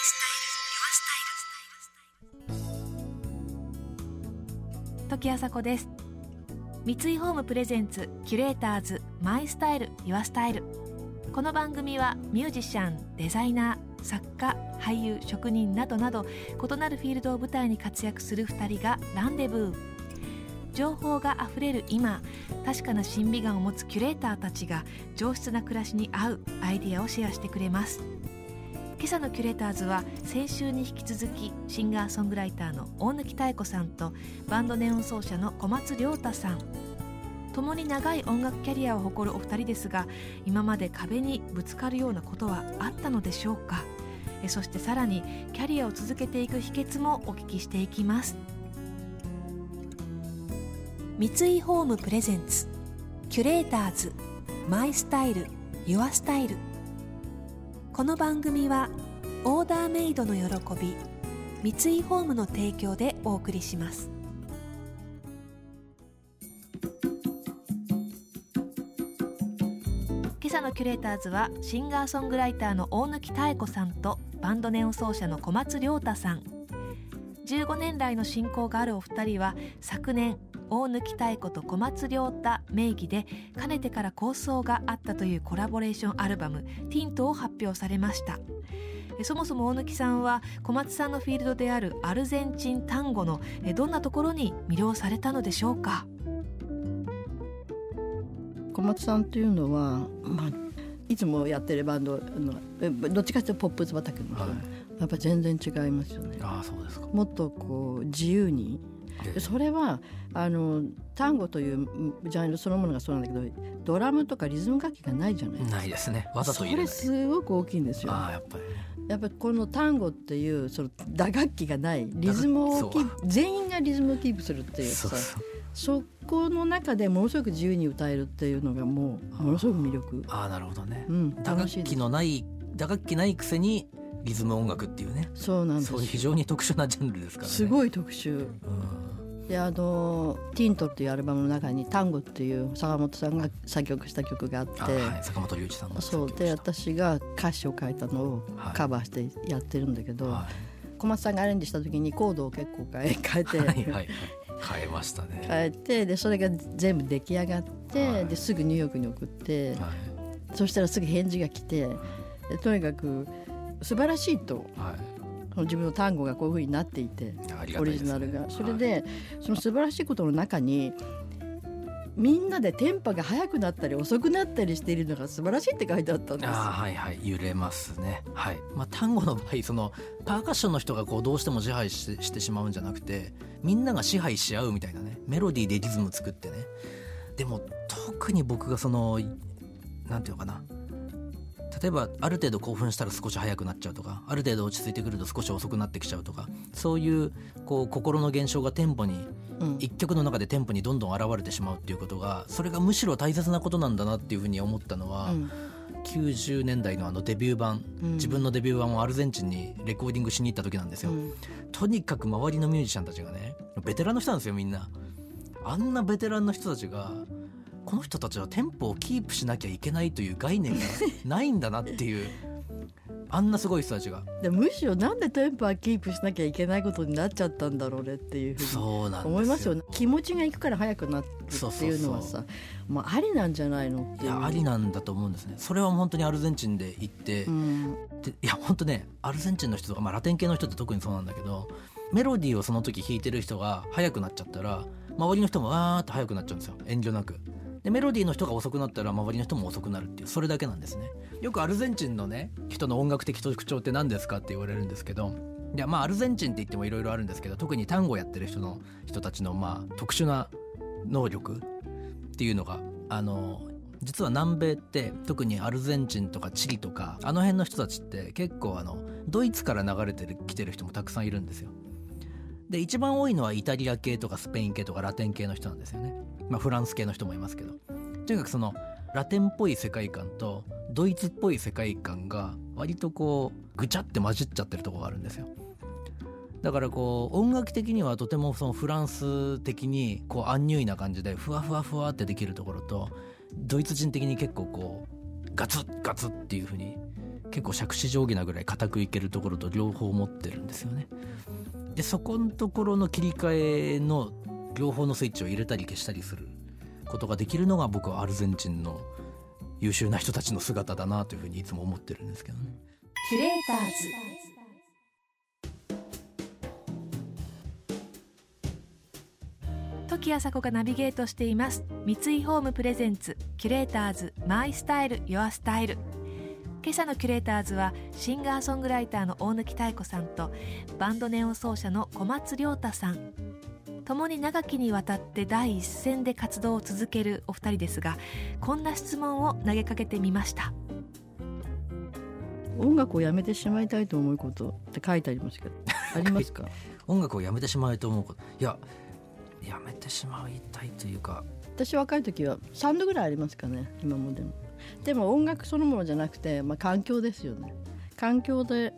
時あさこです。三井ホームプレゼンツキュレーターズマイスタイルユアスタイル。この番組はミュージシャン、デザイナー、作家、俳優、職人などなど異なるフィールドを舞台に活躍する2人がランデブー。情報があふれる今、確かな審美眼を持つキュレーターたちが上質な暮らしに合うアイディアをシェアしてくれます。今朝のキュレーターズは先週に引き続きシンガーソングライターの大貫妙子さんとバンドネオン奏者の小松亮太さん。共に長い音楽キャリアを誇るお二人ですが、今まで壁にぶつかるようなことはあったのでしょうか。そしてさらにキャリアを続けていく秘訣もお聞きしていきます。三井ホームプレゼンツキュレーターズマイスタイルユアスタイル。この番組はオーダーメイドの喜び三井ホームの提供でお送りします。今朝のキュレーターズはシンガーソングライターの大貫妙子さんとバンドネオン奏者の小松亮太さん。15年来の親交があるお二人は昨年大貫妙子と小松亮太名義でかねてから構想があったというコラボレーションアルバムティントを発表されました。そもそも大貫さんは小松さんのフィールドであるアルゼンチンタンゴのどんなところに魅了されたのでしょうか。 小松さんというのは、いつもやってるバンドのどっちかというとポップス畑の人、やっぱ全然違いますよね。 ああ、そうですか。 もっとこう自由に、それはタンゴというジャンルそのものがそうなんだけど、ドラムとかリズム楽器がないじゃないですか。 ないですね。わざと入れない。 それすごく大きいんですよ。 やっぱりこのタンゴっていうその打楽器がないリズムを全員がリズムをキープするっていうさ、そこの中でものすごく自由に歌えるっていうのがものすごく魅力。 なるほどね、 打楽器ないくせにリズム音楽っていうね。 そうなんです。 そういう非常に特殊なジャンルですからね。 すごい特殊、でティントっていうアルバムの中にタンゴっていう坂本さんが作曲した曲があって、 坂本龍一さんがそうで、私が歌詞を書いたのをカバーしてやってるんだけど、小松さんがアレンジした時にコードを結構変えて、 変えましたね。 変えて、でそれが全部出来上がって、ですぐニューヨークに送って、そしたらすぐ返事が来て、でとにかく素晴らしいと、自分の単語がこういう風になっていて、オリジナルがそれで、その素晴らしいことの中にみんなでテンポが速くなったり遅くなったりしているのが素晴らしいって書いてあったんです。 揺れますね。単語の場合、そのパーカッションの人がこうどうしても支配してしまうんじゃなくて、みんなが支配し合うみたいなね、メロディーでリズム作ってね。でも特に僕がそのなんていうのかな、例えばある程度興奮したら少し速くなっちゃうとか、ある程度落ち着いてくると少し遅くなってきちゃうとか、そういう心の現象がテンポに、一曲の中でテンポにどんどん現れてしまうっていうことが、それがむしろ大切なことなんだなっていうふうに思ったのは、90年代のデビュー版、自分のデビュー版をアルゼンチンにレコーディングしに行った時なんですよ。とにかく周りのミュージシャンたちがね、ベテランの人なんですよ、みんな。あんなベテランの人たちが、この人たちはテンポをキープしなきゃいけないという概念がないんだなっていうあんなすごい人たちが。 でむしろなんでテンポはキープしなきゃいけないことになっちゃったんだろうねっていうふうに思いますよね。気持ちがいくから速くなるっていうのはさ、もうありなんじゃないのっていう。 ありなんだと思うんですね。それは本当にアルゼンチンで行って、で本当ね、アルゼンチンの人とか、ラテン系の人って特にそうなんだけど、メロディーをその時弾いてる人が速くなっちゃったら、周りの人もわーっと速くなっちゃうんですよ、遠慮なく。でメロディーの人が遅くなったら周りの人も遅くなるっていう、それだけなんですね。よくアルゼンチンのね人の音楽的特徴って何ですかって言われるんですけど、いやアルゼンチンって言ってもいろいろあるんですけど、特にタンゴやってる人たちの特殊な能力っていうのが実は南米って特にアルゼンチンとかチリとかあの辺の人たちって結構ドイツから流れてきてる人もたくさんいるんですよ。で一番多いのはイタリア系とかスペイン系とかラテン系の人なんですよね。フランス系の人もいますけど、とにかくそのラテンっぽい世界観とドイツっぽい世界観が割とぐちゃって混じっちゃってるところがあるんですよ。だから音楽的にはとてもそのフランス的にアンニュイな感じでふわふわふわってできるところと、ドイツ人的に結構ガツッガツッっていう風に結構杓子定規なぐらい固くいけるところと両方持ってるんですよね。でそこのところの切り替えの両方のスイッチを入れたり消したりすることができるのが僕はアルゼンチンの優秀な人たちの姿だなというふうにいつも思ってるんですけどね。 キュレーターズ時あさこがナビゲートしています三井ホームプレゼンツキュレーターズマイスタイルユアスタイル。今朝のキュレーターズはシンガーソングライターの大貫妙子さんとバンドネオ奏者の小松亮太さん、共に長きにわたって第一線で活動を続けるお二人ですが、こんな質問を投げかけてみました。 音楽をやめてしまいたいと思うことって書いてありますけどありますか？ 音楽をやめてしまいと思うこと、いややめてしまいたいというか、 私若い時は3度ぐらいありますかね。今もでも音楽そのものじゃなくて、環境ですよね。環境で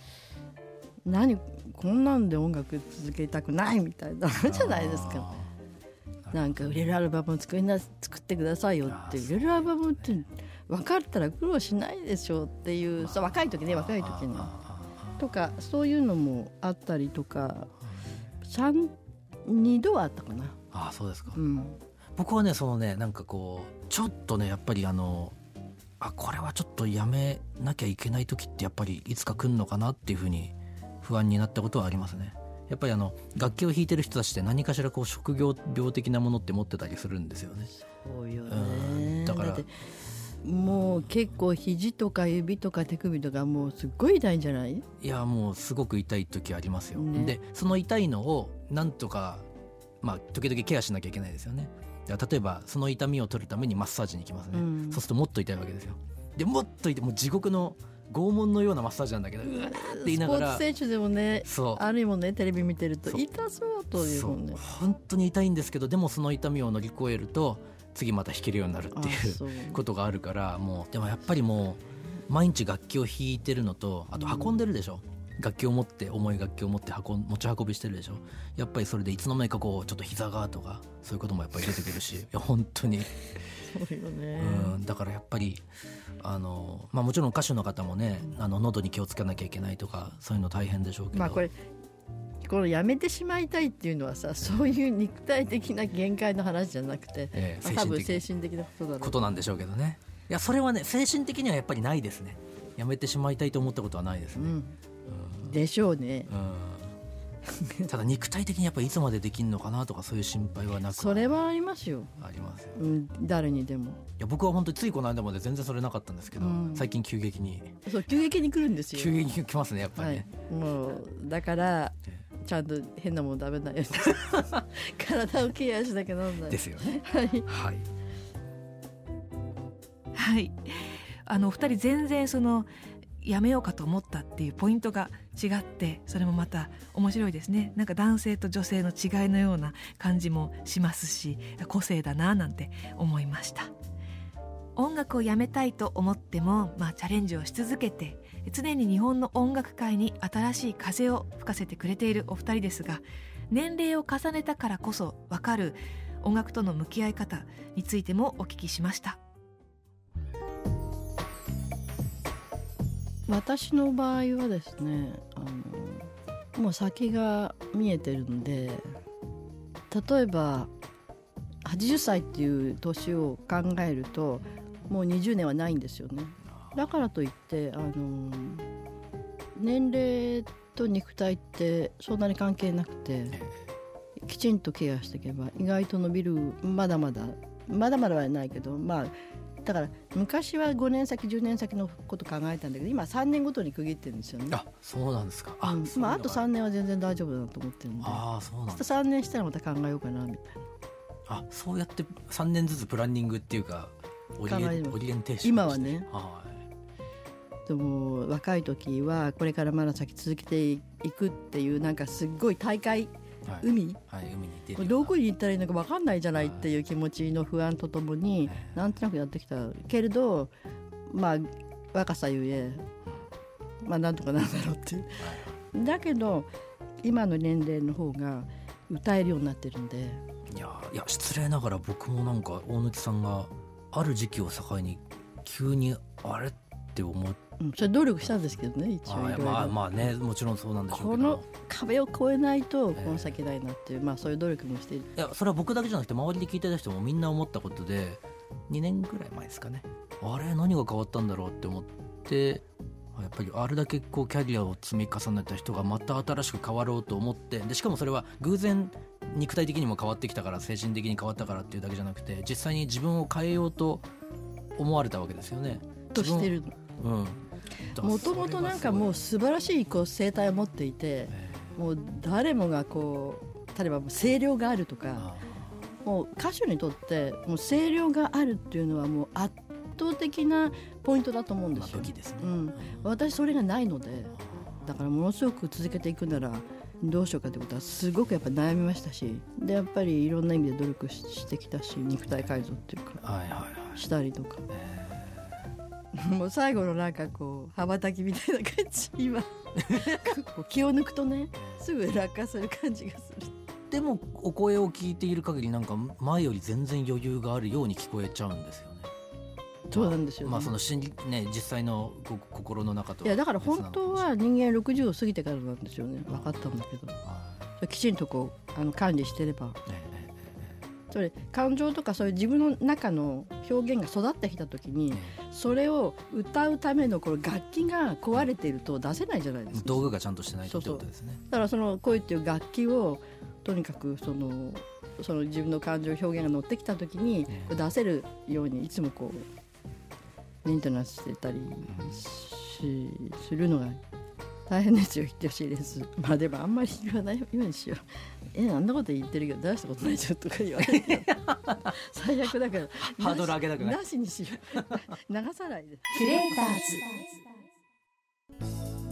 こんなんで音楽続けたくないみたいなじゃないですか。なんか売れるアルバムを作ってくださいよって。売れるアルバムって分かったら苦労しないでしょっていう、若い時にとかそういうのもあったりとか、2度はあったかな。 ああそうですか、僕はねなんかこうちょっとねやっぱりこれはちょっとやめなきゃいけない時ってやっぱりいつか来るのかなっていうふうに不安になったことはありますね。やっぱり楽器を弾いてる人たちって何かしらこう職業病的なものって持ってたりするんですよね。 そうよね、 だからだってもう結構肘とか指とか手首とかもうすっごい痛いんじゃない？ いやもうすごく痛い時ありますよ、でその痛いのをなんとか時々ケアしなきゃいけないですよね。例えばその痛みを取るためにマッサージに行きますね、そうするともっと痛いわけですよ。でもっと痛い、もう地獄の拷問のようなマッサージなんだけど、うわーって言いながら、 スポーツ選手でもねあるいもんね、テレビ見てると痛そうというもんね。 本当に痛いんですけど、でもその痛みを乗り越えると次また弾けるようになるっていうことがあるから、でもやっぱりもう毎日楽器を弾いてるのと、あと運んでるでしょ、楽器を持って重い楽器を持って持ち運びしてるでしょ。やっぱりそれでいつの間にかこうちょっと膝がとかそういうこともやっぱり出てくるし、いや本当にそうよね、 だからやっぱりもちろん歌手の方もね、喉に気をつけなきゃいけないとかそういうの大変でしょうけど、 このやめてしまいたいっていうのはさ、そういう肉体的な限界の話じゃなくて、多分精神的なことなんでしょうけどね。 いやそれはね精神的にはやっぱりないですね。やめてしまいたいと思ったことはないですね、 でしょうね、 ただ肉体的にやっぱりいつまでできるのかなとかそういう心配はなく、 それはありますよ。 ありますよ、 誰にでも。いや僕は本当についこの間まで全然それなかったんですけど、最近急激に来るんですよ。 急激に来ますねやっぱりね、 もうだからちゃんと変なもの食べないように体をケアしなきゃなんないですよね。 はい、お二人全然やめようかと思ったっていうポイントが違って、それもまた面白いですね。なんか男性と女性の違いのような感じもしますし、個性だななんて思いました。音楽をやめたいと思っても、チャレンジをし続けて常に日本の音楽界に新しい風を吹かせてくれているお二人ですが、年齢を重ねたからこそ分かる音楽との向き合い方についてもお聞きしました。 私の場合はですね、もう先が見えてるんで、例えば80歳っていう年を考えるともう20年はないんですよね。だからといって年齢と肉体ってそんなに関係なくて、きちんとケアしていけば意外と伸びる。まだまだはないけど、だから昔は5年先10年先のこと考えたんだけど、今3年ごとに区切ってるんですよね。 あ、そうなんですか。 あと3年は全然大丈夫だと思ってるんで、 そうなんです。 3年したらまた考えようかなみたいな。そうやって3年ずつプランニングっていうかオリエンテーション、 今はね、でも若い時はこれからまだ先続けていくっていう、なんかすっごい大会、海に行ってどこに行ったらいいのか分かんないじゃないっていう気持ちの不安とともになんとなくやってきたけれど、若さゆえなんとかなんだろうっていう、だけど今の年齢の方が歌えるようになってるんで。 いや失礼ながら僕もなんか大貫さんがある時期を境に急にあれって思う、 それ努力したんですけどね、一応いろいろ。 まあね、もちろんそうなんでしょうけど、 この壁を越えないとこの先ないなっていう、そういう努力もしている。 いや、それは僕だけじゃなくて周りで聞いてた人もみんな思ったことで、2年ぐらい前ですかね、あれ何が変わったんだろうって思って、やっぱりあれだけこうキャリアを積み重ねた人がまた新しく変わろうと思って、でしかもそれは偶然肉体的にも変わってきたから、精神的に変わったからっていうだけじゃなくて、実際に自分を変えようと思われたわけですよね。 としてるの。もともとなんかもう素晴らしいこう声帯を持っていて、もう誰もがこう、例えば声量があるとか、もう歌手にとってもう声量があるっていうのはもう圧倒的なポイントだと思うんですよ。 武器ですね。 私それがないので、だからものすごく続けていくならどうしようかということはすごくやっぱ悩みましたし、でやっぱりいろんな意味で努力してきたし、肉体改造っていうか、したりとか、もう最後のなんかこう羽ばたきみたいな感じ、今気を抜くとね、すぐ落下する感じがする。 でもお声を聞いている限り、なんか前より全然余裕があるように聞こえちゃうんですよね。 そうなんですよね。 その実際の心の中と。 いや、だから本当は人間60を過ぎてからなんですよね。分かったんだけど、きちんとこう管理してれば、それ感情とかそういう自分の中の表現が育ってきた時に、それを歌うためのこの楽器が壊れていると出せないじゃないですか。 道具がちゃんとしてないとってことですね。 だからその声っていう楽器をとにかくその自分の感情表現が乗ってきた時に出せるようにいつもこうメンテナンスしてたりするのが大変ですよ。言ってほしいです。でもあんまり言わないようにしよう。あんなこと言ってるけど出したことないじゃんとか言われて最悪だからハードル上げたくない。 なしにしよう。流さないで。 キュレーターズ、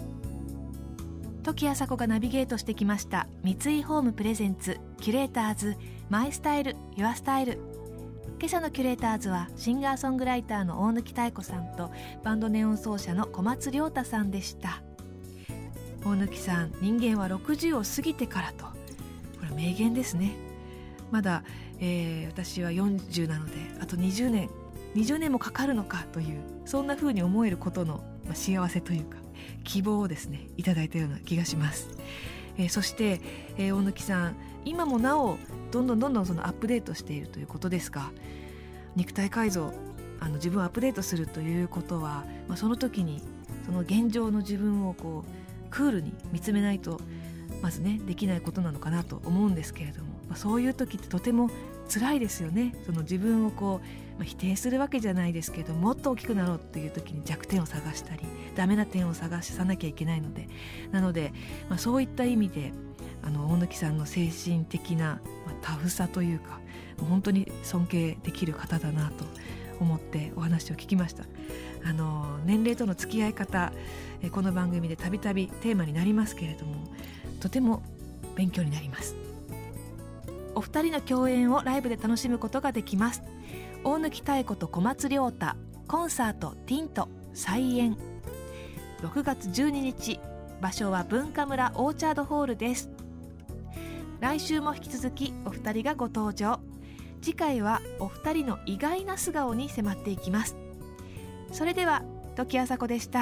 時あさこがナビゲートしてきました三井ホームプレゼンツキュレーターズマイスタイルユアスタイル。今朝のキュレーターズはシンガーソングライターの大貫妙子さんとバンドネオン奏者の小松亮太さんでした。大貫さん、人間は60を過ぎてからと、これは名言ですね。まだ、私は40なのであと20年もかかるのかという、そんな風に思えることの、幸せというか希望をですねいただいたような気がします。そして、大貫さん、今もなおどんどんそのアップデートしているということですが、肉体改造、自分をアップデートするということは、その時にその現状の自分をこうクールに見つめないとまずねできないことなのかなと思うんですけれども、そういう時ってとても辛いですよね。その自分をこう、否定するわけじゃないですけど、もっと大きくなろうっていう時に弱点を探したりダメな点を探さなきゃいけないので、そういった意味で大貫さんの精神的な、タフさというか、本当に尊敬できる方だなと思ってお話を聞きました。年齢との付き合い方、この番組でたびたびテーマになりますけれども、とても勉強になります。お二人の共演をライブで楽しむことができます。大貫妙子と小松亮太コンサートティント再演、6月12日、場所は文化村オーチャードホールです。来週も引き続きお二人がご登場。次回はお二人の意外な素顔に迫っていきます。それでは時あさこでした。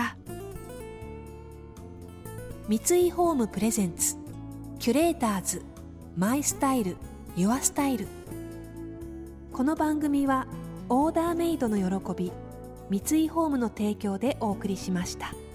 三井ホームプレゼンツキュレーターズマイスタイルユアスタイル。この番組はオーダーメイドの喜び三井ホームの提供でお送りしました。